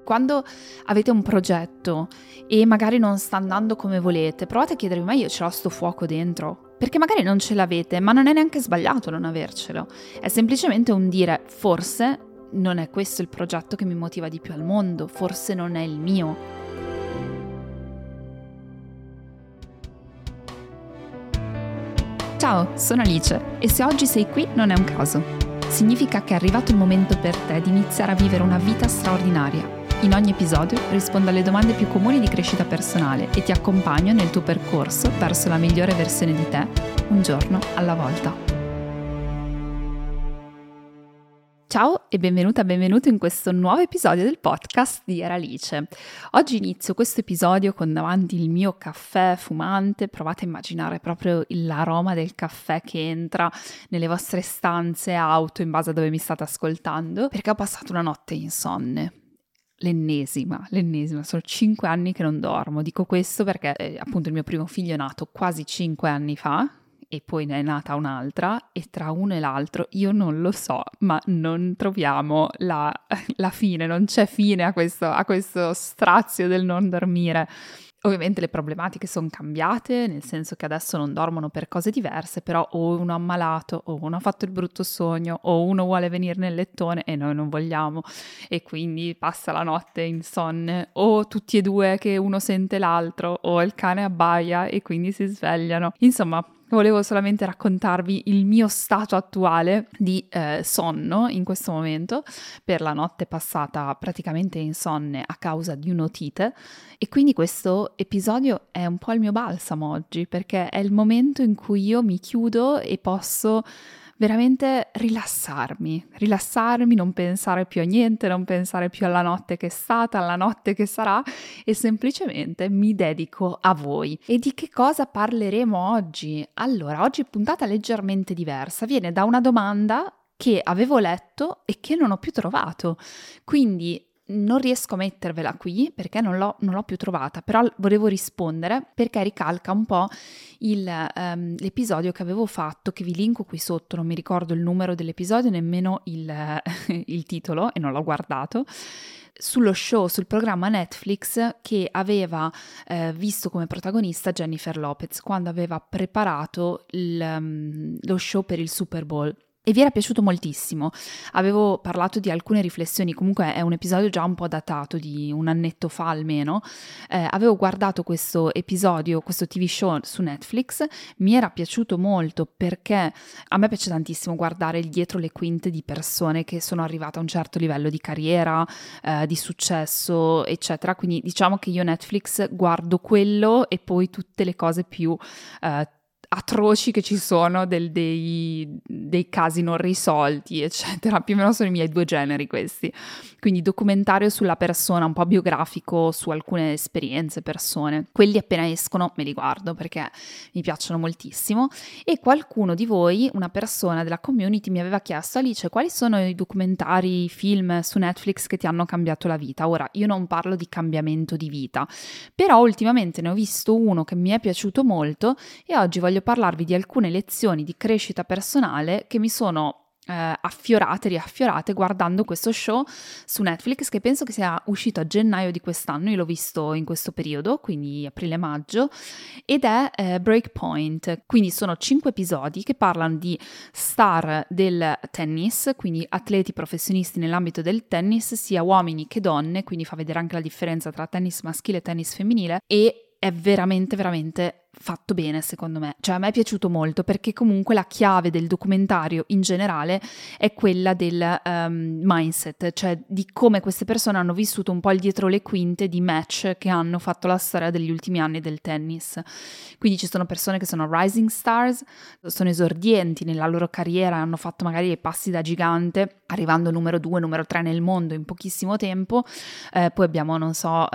Quando avete un progetto e magari non sta andando come volete, provate a chiedervi: ma io ce l'ho sto fuoco dentro? Perché magari non ce l'avete, ma non è neanche sbagliato non avercelo. È semplicemente un dire: forse non è questo il progetto che mi motiva di più al mondo, forse non è il mio. Ciao, sono Alice e se oggi sei qui non è un caso. Significa che è arrivato il momento per te di iniziare a vivere una vita straordinaria. In ogni episodio rispondo alle domande più comuni di crescita personale e ti accompagno nel tuo percorso verso la migliore versione di te, un giorno alla volta. Ciao e benvenuto in questo nuovo episodio del podcast di Alice. Oggi inizio questo episodio con davanti il mio caffè fumante. Provate a immaginare proprio l'aroma del caffè che entra nelle vostre stanze, auto, in base a dove mi state ascoltando, perché ho passato una notte insonne. L'ennesima, sono 5 anni che non dormo. Dico questo perché appunto il mio primo figlio è nato quasi 5 anni fa e poi ne è nata un'altra e tra uno e l'altro io non lo so, ma non troviamo la fine, non c'è fine a questo strazio del non dormire. Ovviamente le problematiche sono cambiate, nel senso che adesso non dormono per cose diverse, però o uno è ammalato, o uno ha fatto il brutto sogno, o uno vuole venire nel lettone e noi non vogliamo, e quindi passa la notte insonne, o tutti e due che uno sente l'altro, o il cane abbaia e quindi si svegliano. Insomma, volevo solamente raccontarvi il mio stato attuale di sonno in questo momento, per la notte passata praticamente insonne a causa di un'otite, e quindi questo episodio è un po' il mio balsamo oggi, perché è il momento in cui io mi chiudo e posso veramente rilassarmi, non pensare più a niente, non pensare più alla notte che è stata, alla notte che sarà, e semplicemente mi dedico a voi. E di che cosa parleremo oggi? Allora, oggi puntata leggermente diversa, viene da una domanda che avevo letto e che non ho più trovato, quindi non riesco a mettervela qui perché non l'ho più trovata, però volevo rispondere perché ricalca un po' l'episodio che avevo fatto, che vi linko qui sotto. Non mi ricordo il numero dell'episodio, nemmeno il titolo, e non l'ho guardato, sul programma Netflix che aveva visto come protagonista Jennifer Lopez quando aveva preparato lo show per il Super Bowl. E vi era piaciuto moltissimo. Avevo parlato di alcune riflessioni, comunque è un episodio già un po' datato, di un annetto fa almeno. Avevo guardato questo episodio, questo TV show su Netflix, mi era piaciuto molto perché a me piace tantissimo guardare il dietro le quinte di persone che sono arrivate a un certo livello di carriera, di successo, eccetera. Quindi diciamo che io Netflix guardo quello e poi tutte le cose più atroci che ci sono, dei casi non risolti, eccetera. Più o meno sono i miei due generi questi. Quindi documentario sulla persona, un po' biografico su alcune esperienze, persone. Quelli appena escono me li guardo perché mi piacciono moltissimo. E qualcuno di voi, una persona della community, mi aveva chiesto: Alice, quali sono i documentari, i film su Netflix che ti hanno cambiato la vita? Ora, io non parlo di cambiamento di vita, però ultimamente ne ho visto uno che mi è piaciuto molto e oggi voglio parlarvi di alcune lezioni di crescita personale che mi sono riaffiorate guardando questo show su Netflix, che penso che sia uscito a gennaio di quest'anno. Io l'ho visto in questo periodo, quindi aprile-maggio, ed è Breakpoint. Quindi sono 5 episodi che parlano di star del tennis, quindi atleti professionisti nell'ambito del tennis, sia uomini che donne, quindi fa vedere anche la differenza tra tennis maschile e tennis femminile, e è veramente fatto bene, secondo me. Cioè, a me è piaciuto molto perché comunque la chiave del documentario in generale è quella del mindset, cioè di come queste persone hanno vissuto un po' il dietro le quinte di match che hanno fatto la storia degli ultimi anni del tennis. Quindi ci sono persone che sono rising stars, sono esordienti nella loro carriera, hanno fatto magari dei passi da gigante, arrivando numero 2, numero 3 nel mondo in pochissimo tempo. Poi abbiamo, non so,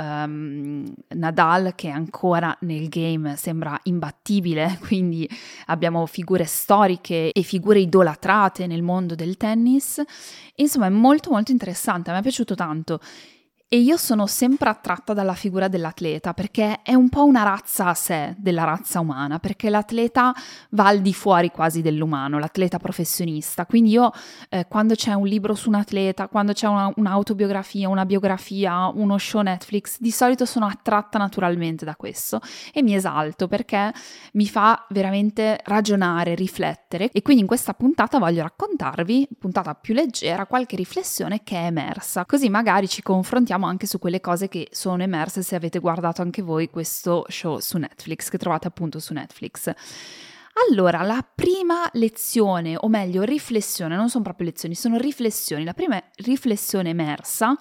Nadal, che ancora nel game sembra imbattibile, quindi abbiamo figure storiche e figure idolatrate nel mondo del tennis. Insomma, è molto interessante, a me è piaciuto tanto. E io sono sempre attratta dalla figura dell'atleta perché è un po' una razza a sé della razza umana, perché l'atleta va al di fuori quasi dell'umano, l'atleta professionista. Quindi io quando c'è un libro su un atleta, quando c'è un'autobiografia, una biografia, uno show Netflix, di solito sono attratta naturalmente da questo e mi esalto perché mi fa veramente ragionare, riflettere. E quindi in questa puntata voglio raccontarvi, puntata più leggera, qualche riflessione che è emersa, così magari ci confrontiamo anche su quelle cose che sono emerse se avete guardato anche voi questo show su Netflix, che trovate appunto su Netflix. Allora, la prima lezione, o meglio riflessione, non sono proprio lezioni, sono riflessioni. La prima riflessione emersa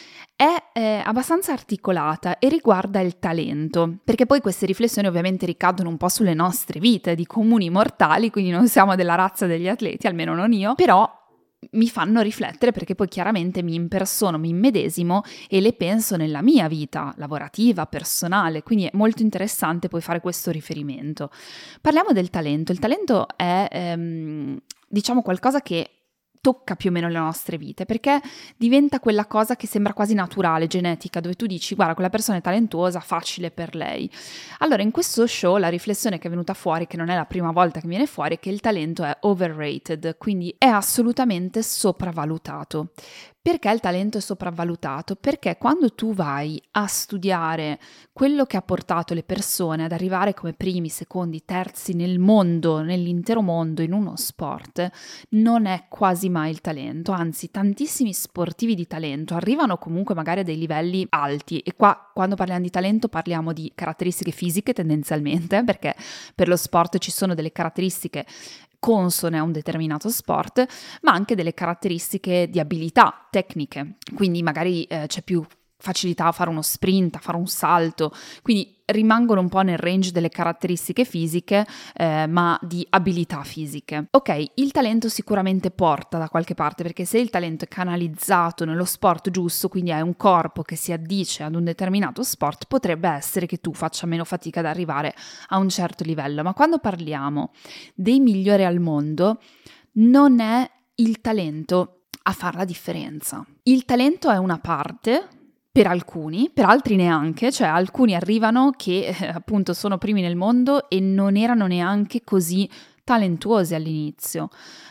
è abbastanza articolata e riguarda il talento, perché poi queste riflessioni ovviamente ricadono un po' sulle nostre vite di comuni mortali, quindi non siamo della razza degli atleti, almeno non io, però mi fanno riflettere perché poi chiaramente mi impersono, mi immedesimo e le penso nella mia vita lavorativa, personale, quindi è molto interessante poi fare questo riferimento. Parliamo del talento. Il talento è diciamo qualcosa che tocca più o meno le nostre vite, perché diventa quella cosa che sembra quasi naturale, genetica, dove tu dici guarda quella persona è talentuosa, facile per lei. Allora in questo show la riflessione che è venuta fuori, che non è la prima volta che viene fuori, è che il talento è overrated, quindi è assolutamente sopravvalutato. Perché il talento è sopravvalutato? Perché quando tu vai a studiare quello che ha portato le persone ad arrivare come primi, secondi, terzi nel mondo, nell'intero mondo, in uno sport, non è quasi mai il talento, anzi tantissimi sportivi di talento arrivano comunque magari a dei livelli alti e qua quando parliamo di talento parliamo di caratteristiche fisiche tendenzialmente, perché per lo sport ci sono delle caratteristiche consone a un determinato sport, ma anche delle caratteristiche di abilità tecniche, quindi magari c'è più facilità a fare uno sprint, a fare un salto, quindi rimangono un po' nel range delle caratteristiche fisiche, ma di abilità fisiche. Ok, il talento sicuramente porta da qualche parte, perché se il talento è canalizzato nello sport giusto, quindi hai un corpo che si addice ad un determinato sport, potrebbe essere che tu faccia meno fatica ad arrivare a un certo livello. Ma quando parliamo dei migliori al mondo, non è il talento a fare la differenza. Il talento è una parte per alcuni, per altri neanche, cioè alcuni arrivano che appunto sono primi nel mondo e non erano neanche così talentuosi all'inizio.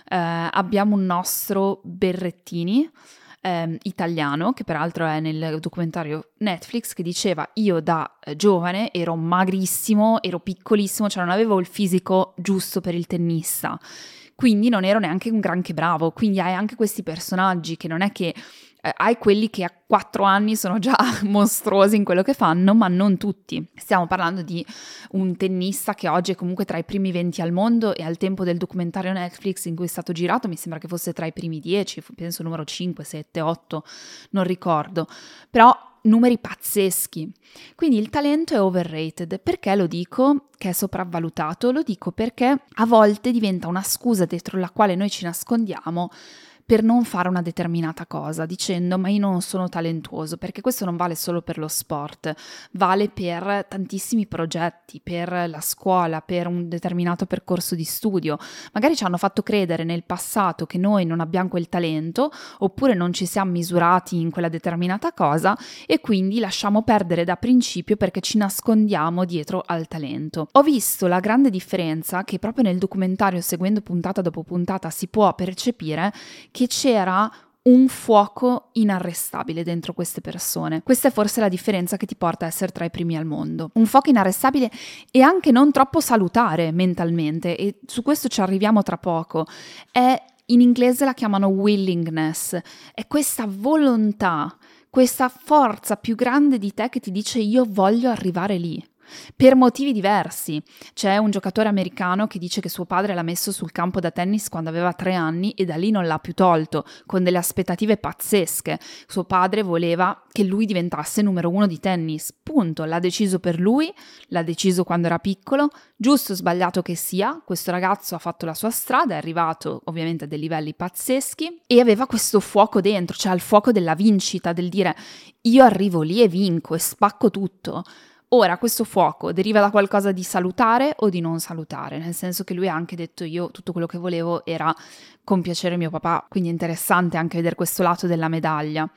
Abbiamo un nostro Berrettini, italiano, che peraltro è nel documentario Netflix, che diceva io da giovane ero magrissimo, ero piccolissimo, cioè non avevo il fisico giusto per il tennista, quindi non ero neanche un granché bravo, quindi hai anche questi personaggi che non è che hai quelli che a 4 anni sono già mostruosi in quello che fanno, ma non tutti. Stiamo parlando di un tennista che oggi è comunque tra i primi 20 al mondo e al tempo del documentario Netflix in cui è stato girato mi sembra che fosse tra i primi 10, penso numero 5, 7, 8, non ricordo. Però numeri pazzeschi. Quindi il talento è overrated. Perché lo dico che è sopravvalutato? Lo dico perché a volte diventa una scusa dietro la quale noi ci nascondiamo per non fare una determinata cosa, dicendo ma io non sono talentuoso, perché questo non vale solo per lo sport, vale per tantissimi progetti, per la scuola, per un determinato percorso di studio. Magari ci hanno fatto credere nel passato che noi non abbiamo quel talento, oppure non ci siamo misurati in quella determinata cosa e quindi lasciamo perdere da principio perché ci nascondiamo dietro al talento. Ho visto la grande differenza che proprio nel documentario, seguendo puntata dopo puntata, si può percepire che c'era un fuoco inarrestabile dentro queste persone. Questa è forse la differenza che ti porta a essere tra i primi al mondo. Un fuoco inarrestabile e anche non troppo salutare mentalmente, e su questo ci arriviamo tra poco. In inglese la chiamano willingness, è questa volontà, questa forza più grande di te che ti dice io voglio arrivare lì. Per motivi diversi. C'è un giocatore americano che dice che suo padre l'ha messo sul campo da tennis quando aveva 3 anni e da lì non l'ha più tolto, con delle aspettative pazzesche. Suo padre voleva che lui diventasse numero 1 di tennis, punto. L'ha deciso per lui, l'ha deciso quando era piccolo, giusto o sbagliato che sia, questo ragazzo ha fatto la sua strada, è arrivato ovviamente a dei livelli pazzeschi e aveva questo fuoco dentro, cioè il fuoco della vincita, del dire io arrivo lì e vinco e spacco tutto. Ora, questo fuoco deriva da qualcosa di salutare o di non salutare? Nel senso che lui ha anche detto io tutto quello che volevo era compiacere mio papà, quindi è interessante anche vedere questo lato della medaglia.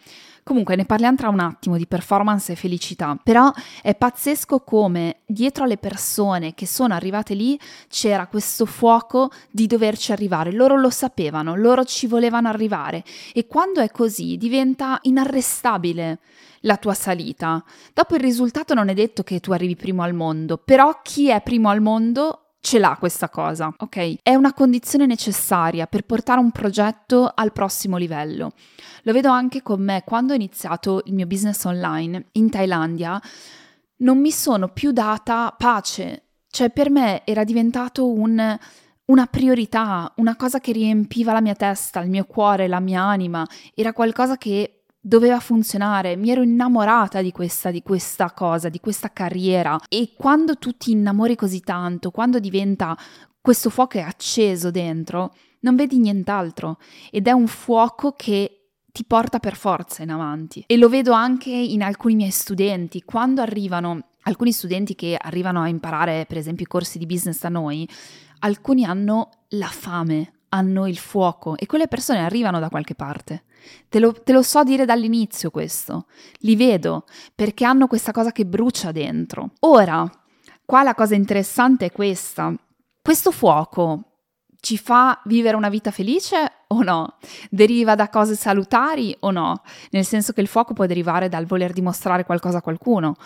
Comunque ne parliamo tra un attimo di performance e felicità, però è pazzesco come dietro alle persone che sono arrivate lì c'era questo fuoco di doverci arrivare, loro lo sapevano, loro ci volevano arrivare e quando è così diventa inarrestabile la tua salita. Dopo il risultato non è detto che tu arrivi primo al mondo, però chi è primo al mondo ce l'ha questa cosa, ok? È una condizione necessaria per portare un progetto al prossimo livello. Lo vedo anche con me quando ho iniziato il mio business online in Thailandia, non mi sono più data pace, cioè per me era diventato una priorità, una cosa che riempiva la mia testa, il mio cuore, la mia anima, era qualcosa che doveva funzionare, mi ero innamorata di questa cosa, di questa carriera e quando tu ti innamori così tanto, quando diventa questo fuoco è acceso dentro, non vedi nient'altro ed è un fuoco che ti porta per forza in avanti. E lo vedo anche in alcuni miei studenti, quando arrivano, alcuni studenti che arrivano a imparare per esempio i corsi di business da noi, alcuni hanno la fame, hanno il fuoco e quelle persone arrivano da qualche parte. Te lo so dire dall'inizio questo, li vedo perché hanno questa cosa che brucia dentro. Ora, qua la cosa interessante è questa, questo fuoco ci fa vivere una vita felice o no? Deriva da cose salutari o no? Nel senso che il fuoco può derivare dal voler dimostrare qualcosa a qualcuno,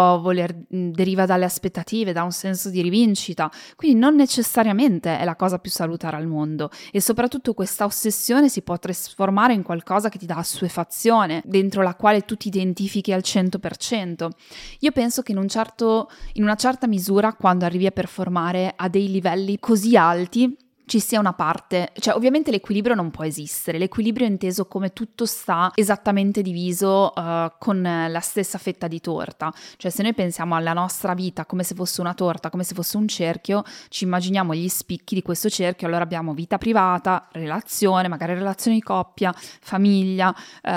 deriva dalle aspettative, da un senso di rivincita, quindi non necessariamente è la cosa più salutare al mondo e soprattutto questa ossessione si può trasformare in qualcosa che ti dà assuefazione, dentro la quale tu ti identifichi al 100%. Io penso che in una certa misura, quando arrivi a performare a dei livelli così alti, ci sia una parte, cioè ovviamente l'equilibrio non può esistere, l'equilibrio è inteso come tutto sta esattamente diviso con la stessa fetta di torta, cioè se noi pensiamo alla nostra vita come se fosse una torta, come se fosse un cerchio, ci immaginiamo gli spicchi di questo cerchio, allora abbiamo vita privata, relazione, magari relazioni di coppia, famiglia,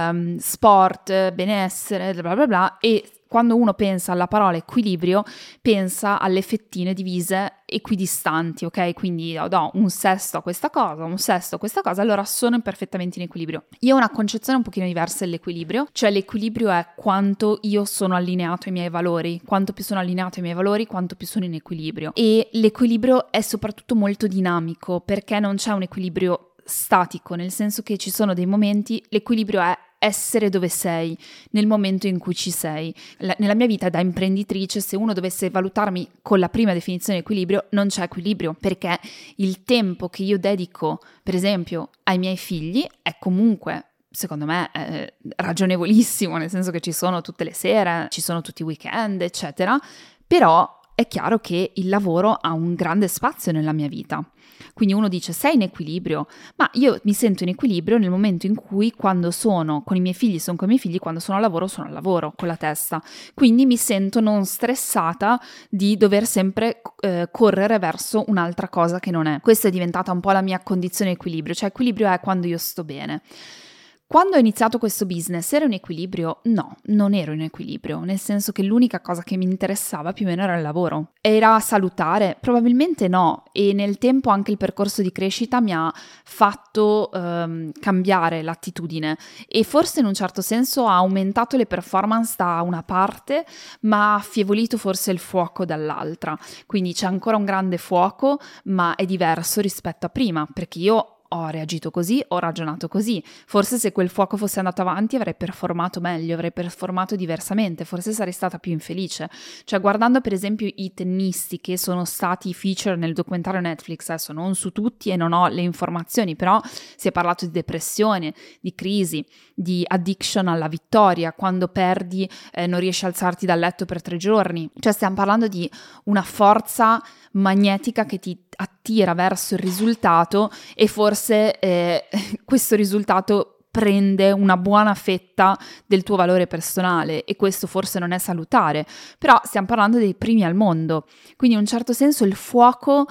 sport, benessere, bla bla bla e quando uno pensa alla parola equilibrio, pensa alle fettine divise equidistanti, ok? Quindi do un sesto a questa cosa, un sesto a questa cosa, allora sono perfettamente in equilibrio. Io ho una concezione un pochino diversa dell'equilibrio, cioè l'equilibrio è quanto io sono allineato ai miei valori, quanto più sono allineato ai miei valori, quanto più sono in equilibrio. E l'equilibrio è soprattutto molto dinamico, perché non c'è un equilibrio statico, nel senso che ci sono dei momenti, l'equilibrio è essere dove sei nel momento in cui ci sei. Nella mia vita da imprenditrice, se uno dovesse valutarmi con la prima definizione di equilibrio, non c'è equilibrio, perché il tempo che io dedico, per esempio, ai miei figli è comunque, secondo me, ragionevolissimo, nel senso che ci sono tutte le sere, ci sono tutti i weekend, eccetera, però è chiaro che il lavoro ha un grande spazio nella mia vita. Quindi uno dice sei in equilibrio, ma io mi sento in equilibrio nel momento in cui quando sono con i miei figli sono con i miei figli, quando sono al lavoro con la testa. Quindi mi sento non stressata di dover sempre correre verso un'altra cosa che non è. Questa è diventata un po' la mia condizione di equilibrio, cioè equilibrio è quando io sto bene. Quando ho iniziato questo business ero in equilibrio? No, non ero in equilibrio, nel senso che l'unica cosa che mi interessava più o meno era il lavoro. Era salutare? Probabilmente no, e nel tempo anche il percorso di crescita mi ha fatto cambiare l'attitudine e forse in un certo senso ha aumentato le performance da una parte, ma ha affievolito forse il fuoco dall'altra. Quindi c'è ancora un grande fuoco, ma è diverso rispetto a prima, perché io ho reagito così, ho ragionato così. Forse se quel fuoco fosse andato avanti avrei performato meglio, avrei performato diversamente, forse sarei stata più infelice. Cioè guardando per esempio i tennisti che sono stati feature nel documentario Netflix, adesso non su tutti e non ho le informazioni, però si è parlato di depressione, di crisi, di addiction alla vittoria, quando perdi non riesci a alzarti dal letto per 3 giorni. Cioè stiamo parlando di una forza magnetica che ti attira verso il risultato e forse questo risultato prende una buona fetta del tuo valore personale e questo forse non è salutare, però stiamo parlando dei primi al mondo, quindi in un certo senso il fuoco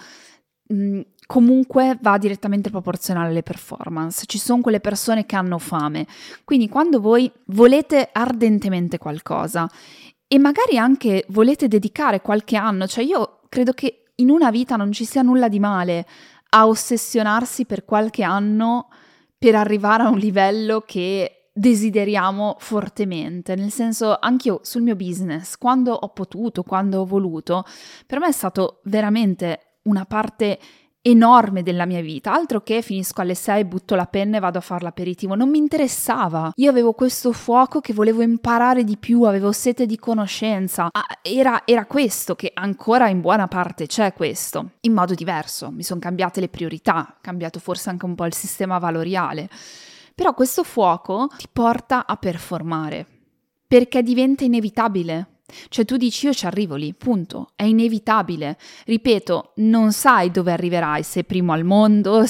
comunque va direttamente proporzionale alle performance. Ci sono quelle persone che hanno fame, quindi quando voi volete ardentemente qualcosa e magari anche volete dedicare qualche anno, cioè io credo che in una vita non ci sia nulla di male a ossessionarsi per qualche anno per arrivare a un livello che desideriamo fortemente, nel senso anch'io sul mio business, quando ho potuto, quando ho voluto, per me è stato veramente una parte enorme della mia vita, altro che finisco alle 6, butto la penna e vado a fare l'aperitivo, non mi interessava. Io avevo questo fuoco che volevo imparare di più, avevo sete di conoscenza. Era questo che ancora in buona parte c'è questo, in modo diverso. Mi sono cambiate le priorità, cambiato forse anche un po' il sistema valoriale. Però questo fuoco ti porta a performare, perché diventa inevitabile. Cioè tu dici io ci arrivo lì, punto, è inevitabile. Ripeto, non sai dove arriverai, se primo al mondo,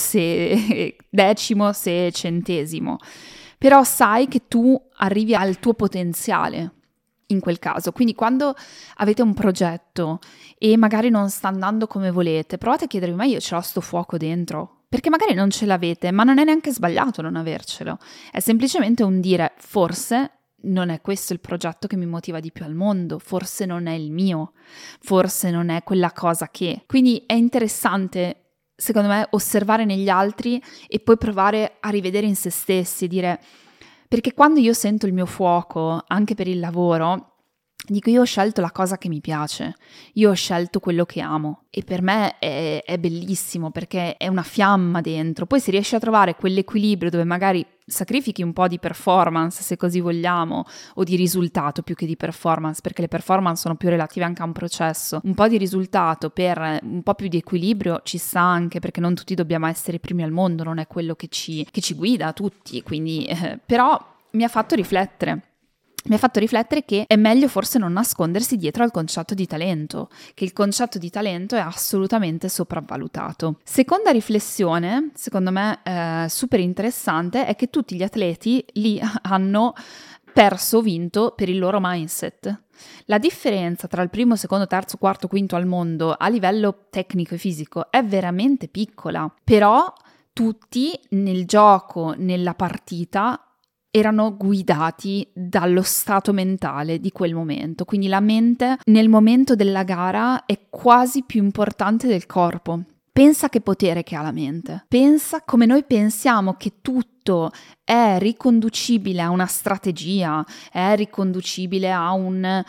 se decimo, se centesimo, però sai che tu arrivi al tuo potenziale in quel caso. Quindi quando avete un progetto e magari non sta andando come volete, provate a chiedervi ma io ce l'ho sto fuoco dentro? Perché magari non ce l'avete, ma non è neanche sbagliato non avercelo, è semplicemente un dire forse non è questo il progetto che mi motiva di più al mondo, forse non è il mio, forse non è quella cosa che. Quindi è interessante, secondo me, osservare negli altri e poi provare a rivedere in se stessi, dire, perché quando io sento il mio fuoco, anche per il lavoro, dico io ho scelto la cosa che mi piace, io ho scelto quello che amo e per me è bellissimo perché è una fiamma dentro. Poi se riesci a trovare quell'equilibrio dove magari sacrifichi un po' di performance, se così vogliamo, o di risultato più che di performance, perché le performance sono più relative anche a un processo, un po' di risultato per un po' più di equilibrio ci sta anche, perché non tutti dobbiamo essere i primi al mondo, non è quello che ci guida a tutti, quindi però mi ha fatto riflettere. Mi ha fatto riflettere che è meglio forse non nascondersi dietro al concetto di talento, che il concetto di talento è assolutamente sopravvalutato. Seconda riflessione, secondo me super interessante, è che tutti gli atleti lì hanno perso o vinto per il loro mindset. La differenza tra il primo, secondo, terzo, quarto, quinto al mondo a livello tecnico e fisico è veramente piccola, però tutti nel gioco, nella partita, erano guidati dallo stato mentale di quel momento, quindi la mente nel momento della gara è quasi più importante del corpo. Pensa che potere che ha la mente, pensa come noi pensiamo che tutto è riconducibile a una strategia, è riconducibile a una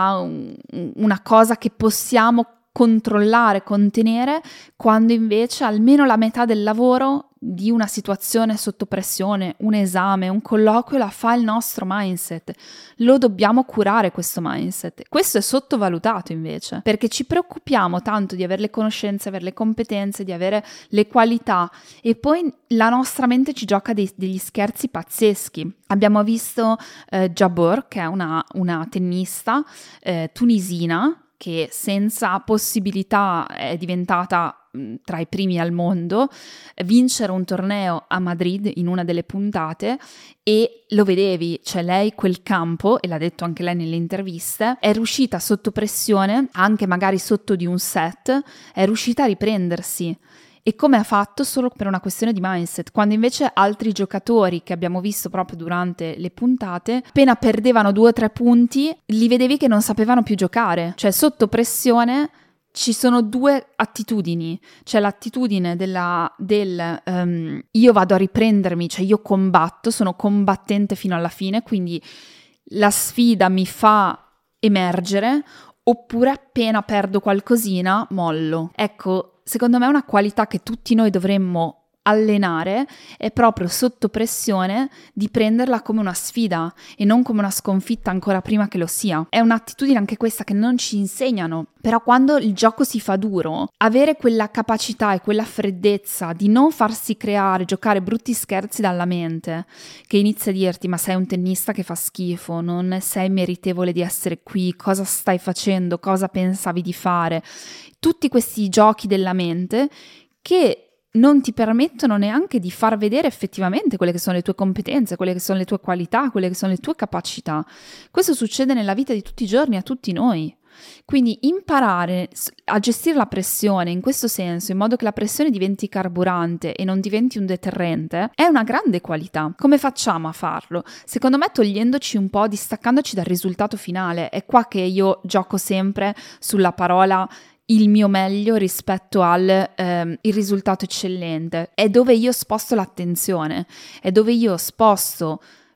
cosa che possiamo controllare, contenere, quando invece almeno la metà del lavoro di una situazione sotto pressione, un esame, un colloquio, la fa il nostro mindset. Lo dobbiamo curare questo mindset. Questo è sottovalutato invece, perché ci preoccupiamo tanto di avere le conoscenze, avere le competenze, di avere le qualità e poi la nostra mente ci gioca degli scherzi pazzeschi. Abbiamo visto Jabeur, che è una tennista tunisina, che senza possibilità è diventata tra i primi al mondo, vincere un torneo a Madrid in una delle puntate e lo vedevi, cioè lei quel campo, e l'ha detto anche lei nelle interviste, è riuscita sotto pressione, anche magari sotto di un set, è riuscita a riprendersi. E come ha fatto? Solo per una questione di mindset, quando invece altri giocatori che abbiamo visto proprio durante le puntate, appena perdevano 2 o 3 punti, li vedevi che non sapevano più giocare. Cioè sotto pressione ci sono 2 attitudini, c'è l'attitudine io vado a riprendermi, cioè io combatto, sono combattente fino alla fine, quindi la sfida mi fa emergere, oppure appena perdo qualcosina mollo. Ecco, secondo me una qualità che tutti noi dovremmo allenare è proprio sotto pressione di prenderla come una sfida e non come una sconfitta ancora prima che lo sia. È un'attitudine anche questa che non ci insegnano, però quando il gioco si fa duro, avere quella capacità e quella freddezza di non farsi giocare brutti scherzi dalla mente, che inizia a dirti ma sei un tennista che fa schifo, non sei meritevole di essere qui, cosa stai facendo, cosa pensavi di fare, tutti questi giochi della mente che non ti permettono neanche di far vedere effettivamente quelle che sono le tue competenze, quelle che sono le tue qualità, quelle che sono le tue capacità. Questo succede nella vita di tutti i giorni a tutti noi. Quindi imparare a gestire la pressione in questo senso, in modo che la pressione diventi carburante e non diventi un deterrente, è una grande qualità. Come facciamo a farlo? Secondo me togliendoci un po', distaccandoci dal risultato finale. È qua che io gioco sempre sulla parola il mio meglio rispetto al il risultato eccellente. È dove io sposto l'attenzione, è dove io sposto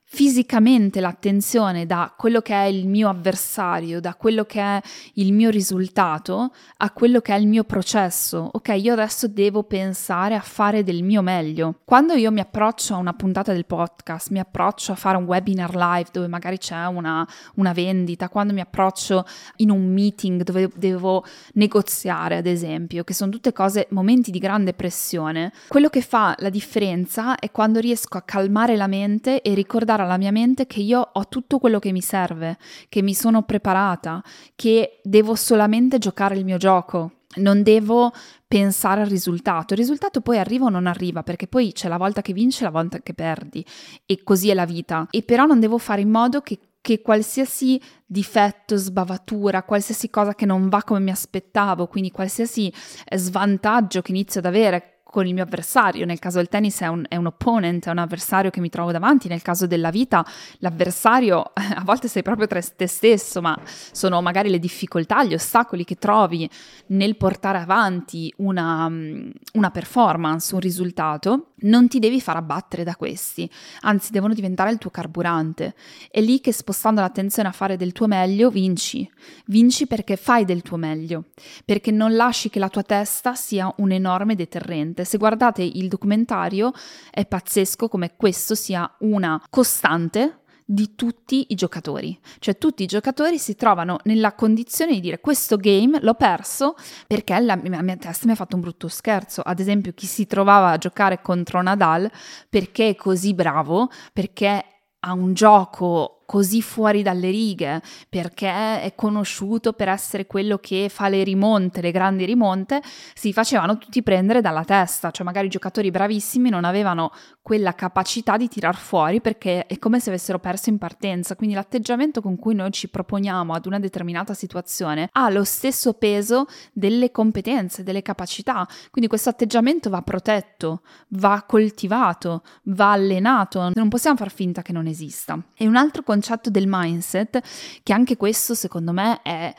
fisicamente l'attenzione da quello che è il mio avversario, da quello che è il mio risultato, a quello che è il mio processo. Ok, io adesso devo pensare a fare del mio meglio. Quando io mi approccio a una puntata del podcast, mi approccio a fare un webinar live dove magari c'è una vendita, quando mi approccio in un meeting dove devo negoziare, ad esempio, che sono tutte cose, momenti di grande pressione, quello che fa la differenza è quando riesco a calmare la mente e ricordare alla mia mente che io ho tutto quello che mi serve, che mi sono preparata, che devo solamente giocare il mio gioco, non devo pensare al risultato. Il risultato poi arriva o non arriva, perché poi c'è la volta che vinci e la volta che perdi, e così è la vita. E però non devo fare in modo che qualsiasi difetto, sbavatura, qualsiasi cosa che non va come mi aspettavo, quindi qualsiasi svantaggio che inizio ad avere con il mio avversario, nel caso del tennis è un opponent, è un avversario che mi trovo davanti, nel caso della vita l'avversario a volte sei proprio te stesso, ma sono magari le difficoltà, gli ostacoli che trovi nel portare avanti una performance, un risultato. Non ti devi far abbattere da questi, anzi devono diventare il tuo carburante. È lì che, spostando l'attenzione a fare del tuo meglio, vinci perché fai del tuo meglio, perché non lasci che la tua testa sia un enorme deterrente. Se guardate il documentario è pazzesco come questo sia una costante di tutti i giocatori, cioè tutti i giocatori si trovano nella condizione di dire: questo game l'ho perso perché la mia testa mi ha fatto un brutto scherzo. Ad esempio, chi si trovava a giocare contro Nadal perché è così bravo, perché ha un gioco così fuori dalle righe, perché è conosciuto per essere quello che fa le rimonte, le grandi rimonte, si facevano tutti prendere dalla testa, cioè magari i giocatori bravissimi non avevano quella capacità di tirar fuori perché è come se avessero perso in partenza. Quindi l'atteggiamento con cui noi ci proponiamo ad una determinata situazione ha lo stesso peso delle competenze, delle capacità, quindi questo atteggiamento va protetto, va coltivato, va allenato, non possiamo far finta che non esista. E un altro concetto del mindset, che anche questo secondo me è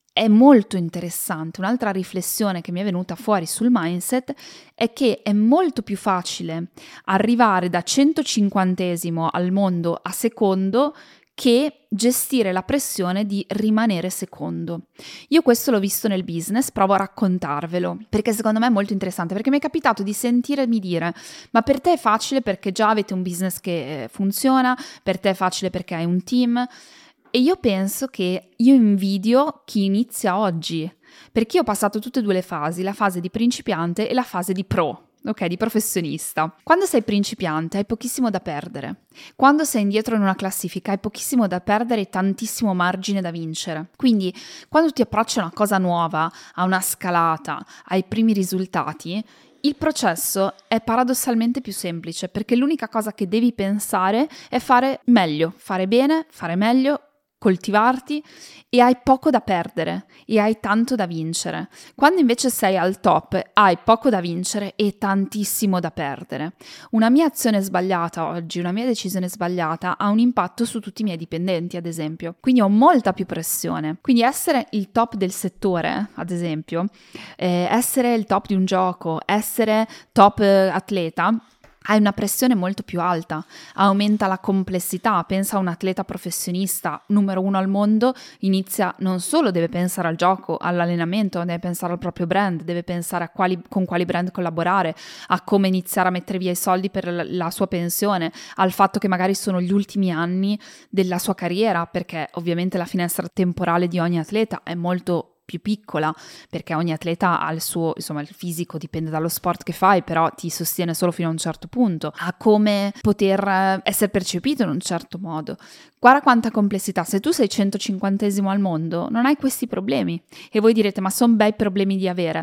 molto interessante, un'altra riflessione che mi è venuta fuori sul mindset è che è molto più facile arrivare da 150esimo al mondo a secondo che gestire la pressione di rimanere secondo. Io questo l'ho visto nel business, provo a raccontarvelo, perché secondo me è molto interessante, perché mi è capitato di sentirmi dire: ma per te è facile perché già avete un business che funziona, per te è facile perché hai un team. E io penso che io invidio chi inizia oggi, perché io ho passato tutte e due le fasi, la fase di principiante e la fase di pro. Ok, di professionista. Quando sei principiante hai pochissimo da perdere. Quando sei indietro in una classifica hai pochissimo da perdere e tantissimo margine da vincere. Quindi quando ti approcci a una cosa nuova, a una scalata, ai primi risultati, il processo è paradossalmente più semplice, perché l'unica cosa che devi pensare è fare meglio, fare bene, fare meglio, coltivarti, e hai poco da perdere e hai tanto da vincere. Quando invece sei al top hai poco da vincere e tantissimo da perdere. Una mia azione sbagliata oggi, una mia decisione sbagliata ha un impatto su tutti i miei dipendenti, ad esempio. Quindi ho molta più pressione. Quindi essere il top del settore, ad esempio, essere il top di un gioco, essere top atleta, hai una pressione molto più alta, aumenta la complessità. Pensa a un atleta professionista numero 1 al mondo, inizia, non solo deve pensare al gioco, all'allenamento, deve pensare al proprio brand, deve pensare a con quali brand collaborare, a come iniziare a mettere via i soldi per la sua pensione, al fatto che magari sono gli ultimi anni della sua carriera, perché ovviamente la finestra temporale di ogni atleta è molto più piccola, perché ogni atleta ha il suo, insomma, il fisico dipende dallo sport che fai, però ti sostiene solo fino a un certo punto, a come poter essere percepito in un certo modo. Guarda quanta complessità. Se tu sei 150esimo al mondo non hai questi problemi, e voi direte: ma sono bei problemi di avere.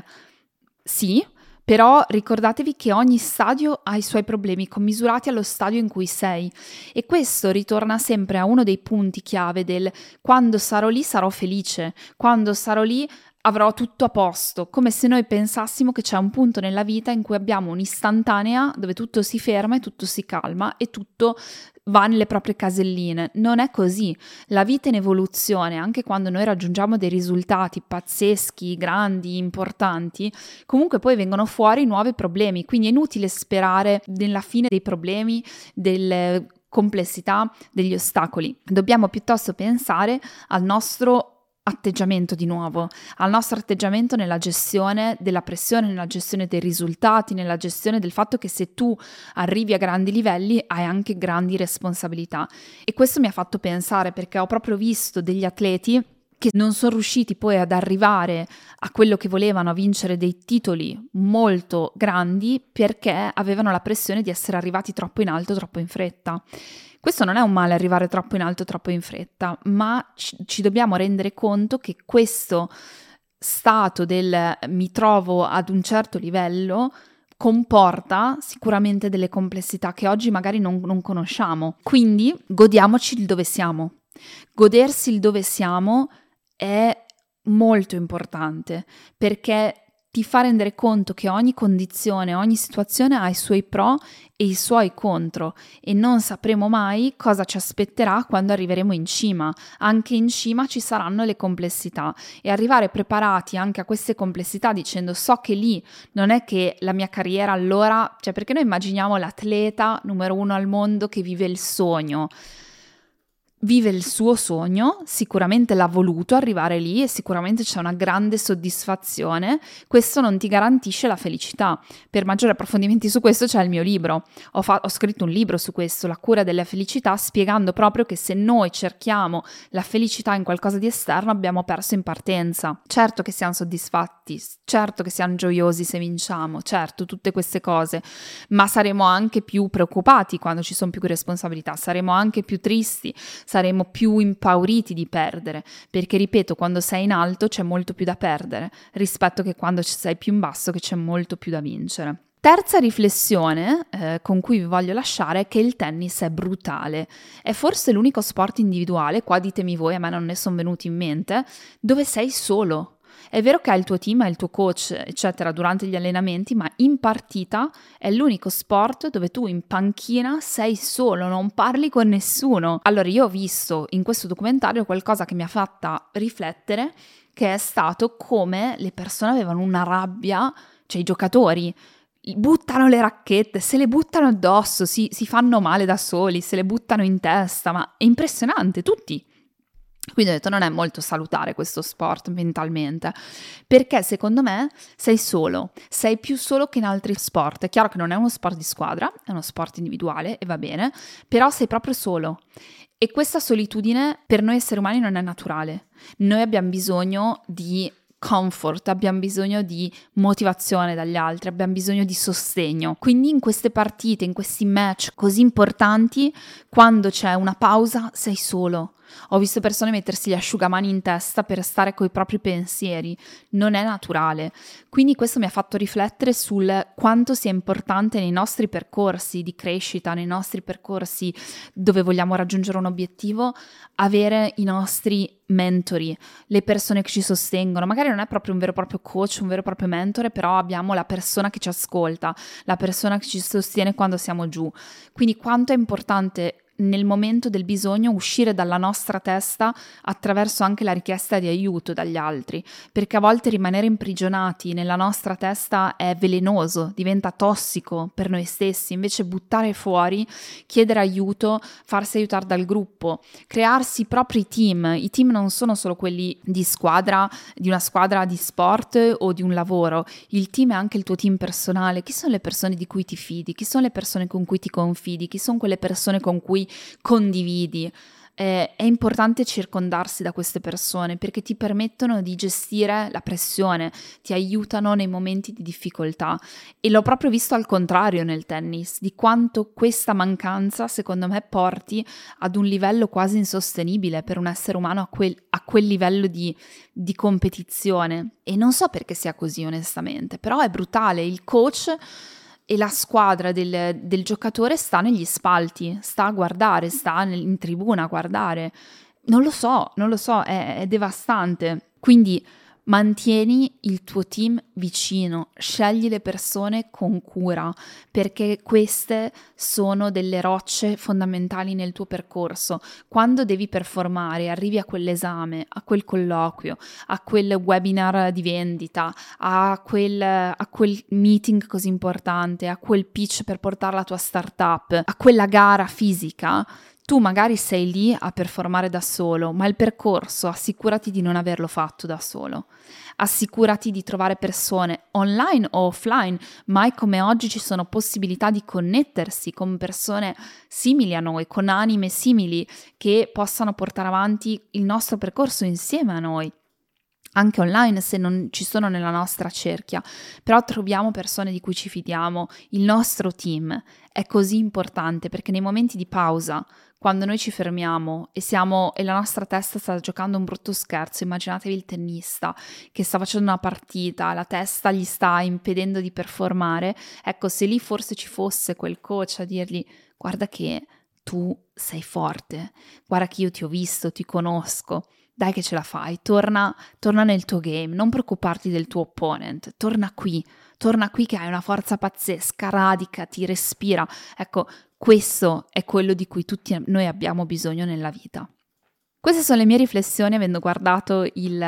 Sì, però ricordatevi che ogni stadio ha i suoi problemi commisurati allo stadio in cui sei, e questo ritorna sempre a uno dei punti chiave del: quando sarò lì sarò felice, quando sarò lì avrò tutto a posto, come se noi pensassimo che c'è un punto nella vita in cui abbiamo un'istantanea dove tutto si ferma e tutto si calma e tutto va nelle proprie caselline. Non è così. La vita è in evoluzione. Anche quando noi raggiungiamo dei risultati pazzeschi, grandi, importanti, comunque poi vengono fuori nuovi problemi, quindi è inutile sperare nella fine dei problemi, complessità degli ostacoli. Dobbiamo piuttosto pensare al nostro atteggiamento di nuovo, al nostro atteggiamento nella gestione della pressione, nella gestione dei risultati, nella gestione del fatto che se tu arrivi a grandi livelli hai anche grandi responsabilità. E questo mi ha fatto pensare, perché ho proprio visto degli atleti che non sono riusciti poi ad arrivare a quello che volevano, a vincere dei titoli molto grandi, perché avevano la pressione di essere arrivati troppo in alto, troppo in fretta. Questo non è un male, arrivare troppo in alto, troppo in fretta, ma ci dobbiamo rendere conto che questo stato del mi trovo ad un certo livello comporta sicuramente delle complessità che oggi magari non conosciamo. Quindi godiamoci il dove siamo. Godersi il dove siamo è molto importante, perché ti fa rendere conto che ogni condizione, ogni situazione ha i suoi pro e i suoi contro, e non sapremo mai cosa ci aspetterà quando arriveremo in cima. Anche in cima ci saranno le complessità, e arrivare preparati anche a queste complessità dicendo so che lì non è che la mia carriera allora, cioè, perché noi immaginiamo l'atleta numero 1 al mondo che vive il sogno. Vive il suo sogno, sicuramente l'ha voluto arrivare lì e sicuramente c'è una grande soddisfazione. Questo non ti garantisce la felicità. Per maggiori approfondimenti su questo c'è il mio libro. Ho scritto un libro su questo, La cura della felicità, spiegando proprio che se noi cerchiamo la felicità in qualcosa di esterno abbiamo perso in partenza. Certo che siamo soddisfatti, certo che siamo gioiosi se vinciamo, certo, tutte queste cose, ma saremo anche più preoccupati quando ci sono più responsabilità, saremo anche più tristi, saremo più impauriti di perdere, perché ripeto, quando sei in alto c'è molto più da perdere rispetto che quando sei più in basso, che c'è molto più da vincere. Terza riflessione con cui vi voglio lasciare è che il tennis è brutale. È forse l'unico sport individuale, qua ditemi voi, a me non ne sono venuti in mente, dove sei solo. È vero che hai il tuo team, hai il tuo coach, eccetera, durante gli allenamenti, ma in partita è l'unico sport dove tu in panchina sei solo, non parli con nessuno. Allora, io ho visto in questo documentario qualcosa che mi ha fatta riflettere, che è stato come le persone avevano una rabbia, cioè i giocatori buttano le racchette, se le buttano addosso, si fanno male da soli, se le buttano in testa, ma è impressionante, tutti. Quindi ho detto non è molto salutare questo sport mentalmente, perché secondo me sei solo, sei più solo che in altri sport. È chiaro che non è uno sport di squadra, è uno sport individuale e va bene, però sei proprio solo. E questa solitudine per noi esseri umani non è naturale. Noi abbiamo bisogno di comfort, abbiamo bisogno di motivazione dagli altri, abbiamo bisogno di sostegno. Quindi in queste partite, in questi match così importanti, quando c'è una pausa sei solo. Ho visto persone mettersi gli asciugamani in testa per stare coi propri pensieri, non è naturale. Quindi questo mi ha fatto riflettere sul quanto sia importante nei nostri percorsi di crescita, nei nostri percorsi dove vogliamo raggiungere un obiettivo, avere i nostri mentori, le persone che ci sostengono. Magari non è proprio un vero e proprio coach, un vero e proprio mentore, però abbiamo la persona che ci ascolta, la persona che ci sostiene quando siamo giù. Quindi quanto è importante nel momento del bisogno uscire dalla nostra testa attraverso anche la richiesta di aiuto dagli altri, perché a volte rimanere imprigionati nella nostra testa è velenoso, diventa tossico per noi stessi. Invece buttare fuori, chiedere aiuto, farsi aiutare dal gruppo, crearsi i propri team. I team non sono solo quelli di squadra, di una squadra di sport o di un lavoro. Il team è anche il tuo team personale. Chi sono le persone di cui ti fidi? Chi sono le persone con cui ti confidi? Chi sono quelle persone con cui condividi? È importante circondarsi da queste persone perché ti permettono di gestire la pressione, ti aiutano nei momenti di difficoltà. E l'ho proprio visto al contrario nel tennis, di quanto questa mancanza secondo me porti ad un livello quasi insostenibile per un essere umano a quel livello di competizione. E non so perché sia così onestamente, però è brutale. Il coach e la squadra del giocatore sta negli spalti, sta a guardare, sta in tribuna a guardare. Non lo so, è devastante. Quindi Mantieni il tuo team vicino, scegli le persone con cura, perché queste sono delle rocce fondamentali nel tuo percorso. Quando devi performare, arrivi a quell'esame, a quel colloquio, a quel webinar di vendita, a quel meeting così importante, a quel pitch per portare la tua startup, a quella gara fisica, tu magari sei lì a performare da solo, ma il percorso assicurati di non averlo fatto da solo. Assicurati di trovare persone online o offline, mai come oggi ci sono possibilità di connettersi con persone simili a noi, con anime simili che possano portare avanti il nostro percorso insieme a noi. Anche online se non ci sono nella nostra cerchia, però troviamo persone di cui ci fidiamo, il nostro team è così importante perché nei momenti di pausa, quando noi ci fermiamo e la nostra testa sta giocando un brutto scherzo, immaginatevi il tennista che sta facendo una partita, la testa gli sta impedendo di performare, ecco, se lì forse ci fosse quel coach a dirgli guarda che tu sei forte, guarda che io ti ho visto, ti conosco, dai che ce la fai, torna nel tuo game, non preoccuparti del tuo opponent, torna qui che hai una forza pazzesca, radicati, respira. Ecco, questo è quello di cui tutti noi abbiamo bisogno nella vita. Queste sono le mie riflessioni avendo guardato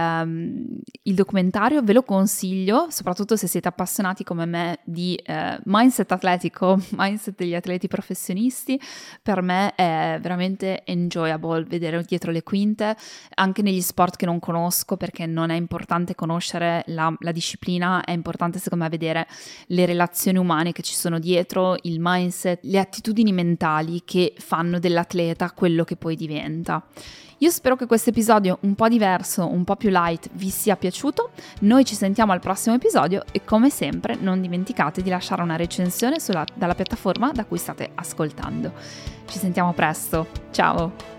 il documentario, ve lo consiglio, soprattutto se siete appassionati come me di mindset atletico, mindset degli atleti professionisti. Per me è veramente enjoyable vedere dietro le quinte, anche negli sport che non conosco, perché non è importante conoscere la disciplina, è importante secondo me vedere le relazioni umane che ci sono dietro, il mindset, le attitudini mentali che fanno dell'atleta quello che poi diventa. Io spero che questo episodio un po' diverso, un po' più light vi sia piaciuto. Noi ci sentiamo al prossimo episodio e come sempre non dimenticate di lasciare una recensione dalla piattaforma da cui state ascoltando. Ci sentiamo presto, ciao!